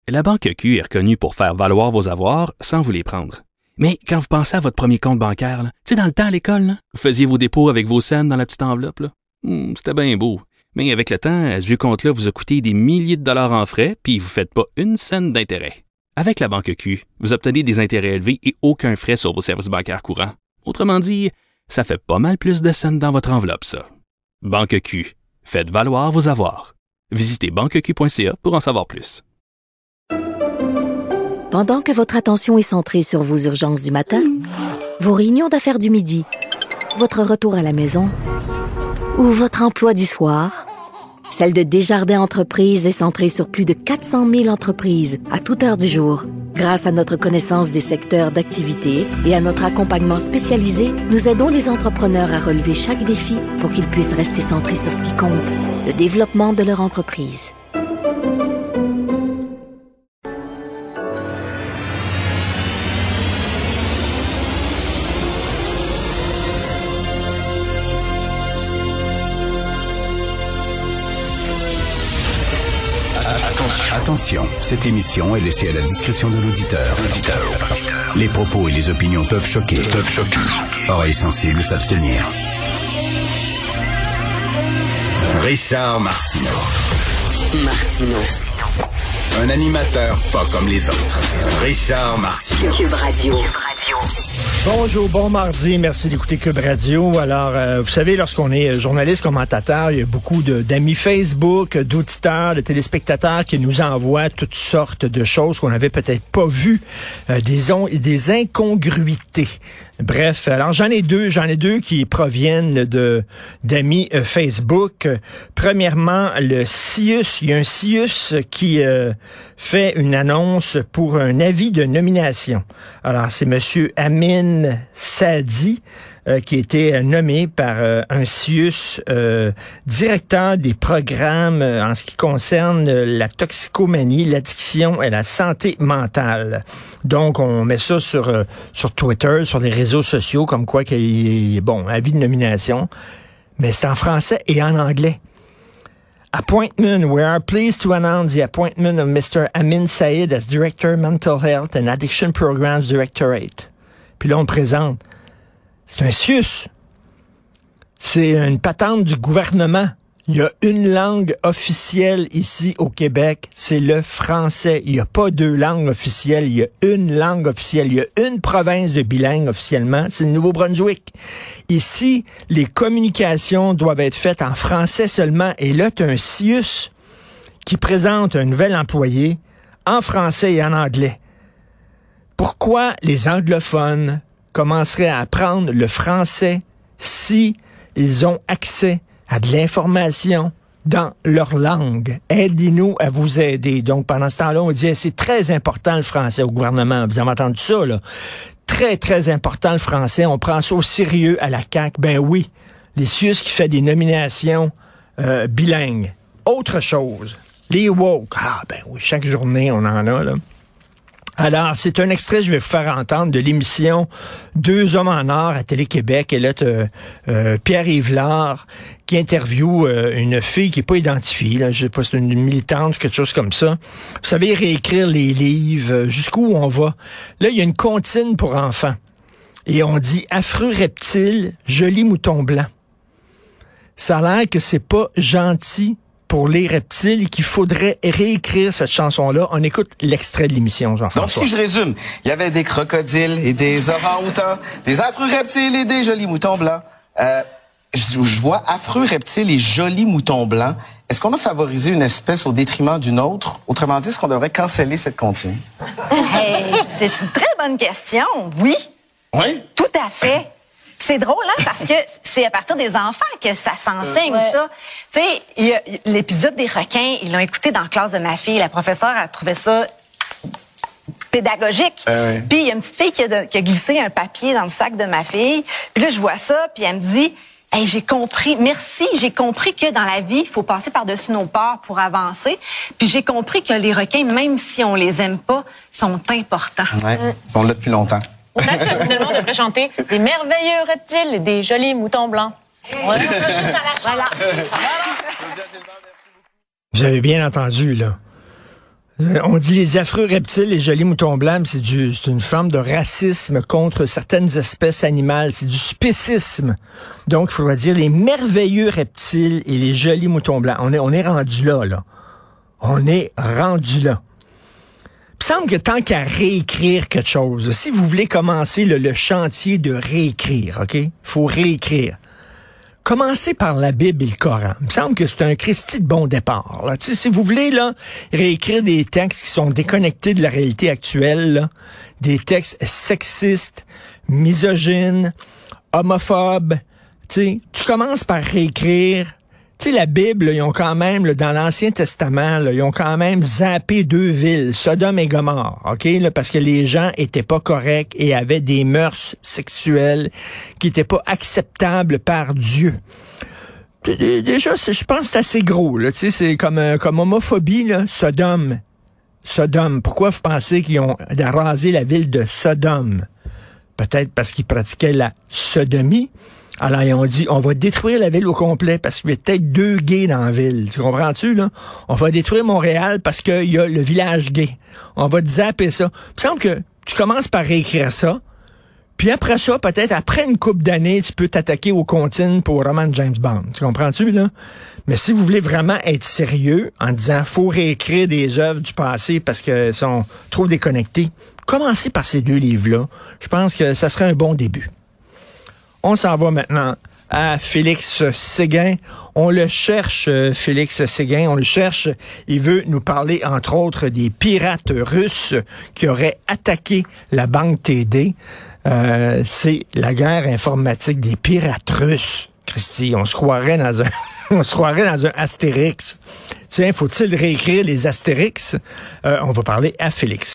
La Banque Q est reconnue pour faire valoir vos avoirs sans vous les prendre. Mais quand vous pensez à votre premier compte bancaire, tu sais, dans le temps à l'école, là, vous faisiez vos dépôts avec vos scènes dans la petite enveloppe. Là. C'était bien beau. Mais avec le temps, ce vieux compte-là vous a coûté des milliers de dollars en frais, puis vous ne faites pas une scène d'intérêt. Avec la Banque Q, vous obtenez des intérêts élevés et aucun frais sur vos services bancaires courants. Autrement dit, ça fait pas mal plus de scènes dans votre enveloppe, ça. Banque Q. Faites valoir vos avoirs. Visitez banqueq.ca pour en savoir plus. Pendant que votre attention est centrée sur vos urgences du matin, vos réunions d'affaires du midi, votre retour à la maison ou votre emploi du soir, celle de Desjardins Entreprises est centrée sur plus de 400 000 entreprises à toute heure du jour. Grâce à notre connaissance des secteurs d'activité et à notre accompagnement spécialisé, nous aidons les entrepreneurs à relever chaque défi pour qu'ils puissent rester centrés sur ce qui compte, le développement de leur entreprise. Attention, cette émission est laissée à la discrétion de l'auditeur. Les propos et les opinions peuvent choquer. Oreilles sensibles s'abstenir. Richard Martineau. Un animateur pas comme les autres. Richard Martineau. Cube Radio. Bonjour, bon mardi, merci d'écouter Cube Radio. Alors, vous savez, lorsqu'on est journaliste, commentateur, il y a beaucoup d'amis Facebook, d'auditeurs, de téléspectateurs qui nous envoient toutes sortes de choses qu'on n'avait peut-être pas vues, des incongruités. Bref, alors j'en ai deux qui proviennent d'amis Facebook. Premièrement, le CIUS, il y a un CIUS qui fait une annonce pour un avis de nomination. Alors, c'est monsieur Amin Saadi qui a été nommé par un CIUS directeur des programmes en ce qui concerne la toxicomanie, l'addiction et la santé mentale. Donc, on met ça sur Twitter, sur les réseaux sociaux, comme quoi qu'il est, avis de nomination. Mais c'est en français et en anglais. Appointment. We are pleased to announce the appointment of Mr. Amin Said as Director Mental Health and Addiction Programs Directorate. Puis là, on le présente. C'est un CIUS. C'est une patente du gouvernement. Il y a une langue officielle ici au Québec, c'est le français. Il n'y a pas deux langues officielles, il y a une langue officielle. Il y a une province de bilingue officiellement, c'est le Nouveau-Brunswick. Ici, les communications doivent être faites en français seulement. Et là, tu as un CIUS qui présente un nouvel employé en français et en anglais. Pourquoi les anglophones commenceraient à apprendre le français si ils ont accès à de l'information dans leur langue? Aidez-nous à vous aider. Donc, pendant ce temps-là, on dit, c'est très important le français au gouvernement. Vous avez entendu ça, là? Très, très important le français. On prend ça au sérieux à la CAQ. Ben oui, les CIUS qui fait des nominations bilingues. Autre chose, les woke. Ah, ben oui, chaque journée, on en a, là. Alors, c'est un extrait que je vais vous faire entendre de l'émission Deux hommes en or à Télé-Québec. Et là, Pierre Yvelard qui interviewe une fille qui n'est pas identifiée. Là, je sais pas, c'est une militante ou quelque chose comme ça. Vous savez, réécrire les livres, jusqu'où on va. Là, il y a une comptine pour enfants. Et on dit « affreux reptile, joli mouton blanc ». Ça a l'air que c'est pas gentil pour les reptiles et qu'il faudrait réécrire cette chanson-là. On écoute l'extrait de l'émission, Jean-François. Donc, si je résume, il y avait des crocodiles et des orang-outans, des affreux reptiles et des jolis moutons blancs. Je vois affreux reptiles et jolis moutons blancs. Est-ce qu'on a favorisé une espèce au détriment d'une autre? Autrement dit, est-ce qu'on devrait canceller cette comptine? Hey, c'est une très bonne question. Oui. Oui? Tout à fait. C'est drôle, hein, parce que c'est à partir des enfants que ça s'enseigne, ça. Tu sais, l'épisode des requins, ils l'ont écouté dans la classe de ma fille. La professeure a trouvé ça pédagogique. Puis il y a une petite fille qui a glissé un papier dans le sac de ma fille. Puis là, je vois ça, puis elle me dit... Hey, j'ai compris. Merci. J'ai compris que dans la vie, il faut passer par-dessus nos peurs pour avancer. Puis j'ai compris que les requins, même si on les aime pas, sont importants. Ouais, ils sont là depuis longtemps. Peut-être que finalement, on devrait chanter des merveilleux reptiles et des jolis moutons blancs. On va juste à la voilà. Vous avez bien entendu, là. On dit les affreux reptiles, les jolis moutons blancs, c'est une forme de racisme contre certaines espèces animales. C'est du spécisme. Donc, il faudrait dire les merveilleux reptiles et les jolis moutons blancs. On est rendu là. On est rendu là. Il me semble que tant qu'à réécrire quelque chose, si vous voulez commencer le chantier de réécrire, OK? Il faut réécrire. Commencez par la Bible et le Coran. Il me semble que c'est un Christi de bon départ. Là. Si vous voulez là réécrire des textes qui sont déconnectés de la réalité actuelle, là, des textes sexistes, misogynes, homophobes, tu commences par réécrire. Tu sais, la Bible, là, ils ont quand même, là, dans l'Ancien Testament, là, ils ont quand même zappé 2 villes, Sodome et Gomorrhe, OK? Là, parce que les gens étaient pas corrects et avaient des mœurs sexuelles qui étaient pas acceptables par Dieu. Déjà, je pense que c'est assez gros, là. Tu sais, c'est comme homophobie, là. Sodome. Pourquoi vous pensez qu'ils ont rasé la ville de Sodome? Peut-être parce qu'ils pratiquaient la sodomie. Alors, ils ont dit, on va détruire la ville au complet parce qu'il y a peut-être 2 gays dans la ville. Tu comprends-tu, là? On va détruire Montréal parce qu'il y a le village gay. On va zapper ça. Il me semble que tu commences par réécrire ça. Puis après ça, peut-être après une couple d'années, tu peux t'attaquer aux comptines pour roman de James Bond. Tu comprends-tu, là? Mais si vous voulez vraiment être sérieux en disant, faut réécrire des œuvres du passé parce qu'elles sont trop déconnectées, commencez par ces 2 livres-là. Je pense que ça serait un bon début. On s'en va maintenant à Félix Séguin. On le cherche, Félix Séguin, on le cherche. Il veut nous parler, entre autres, des pirates russes qui auraient attaqué la banque TD. C'est la guerre informatique des pirates russes. Christy, on se croirait dans un Astérix. Tiens, faut-il réécrire les Astérix? On va parler à Félix.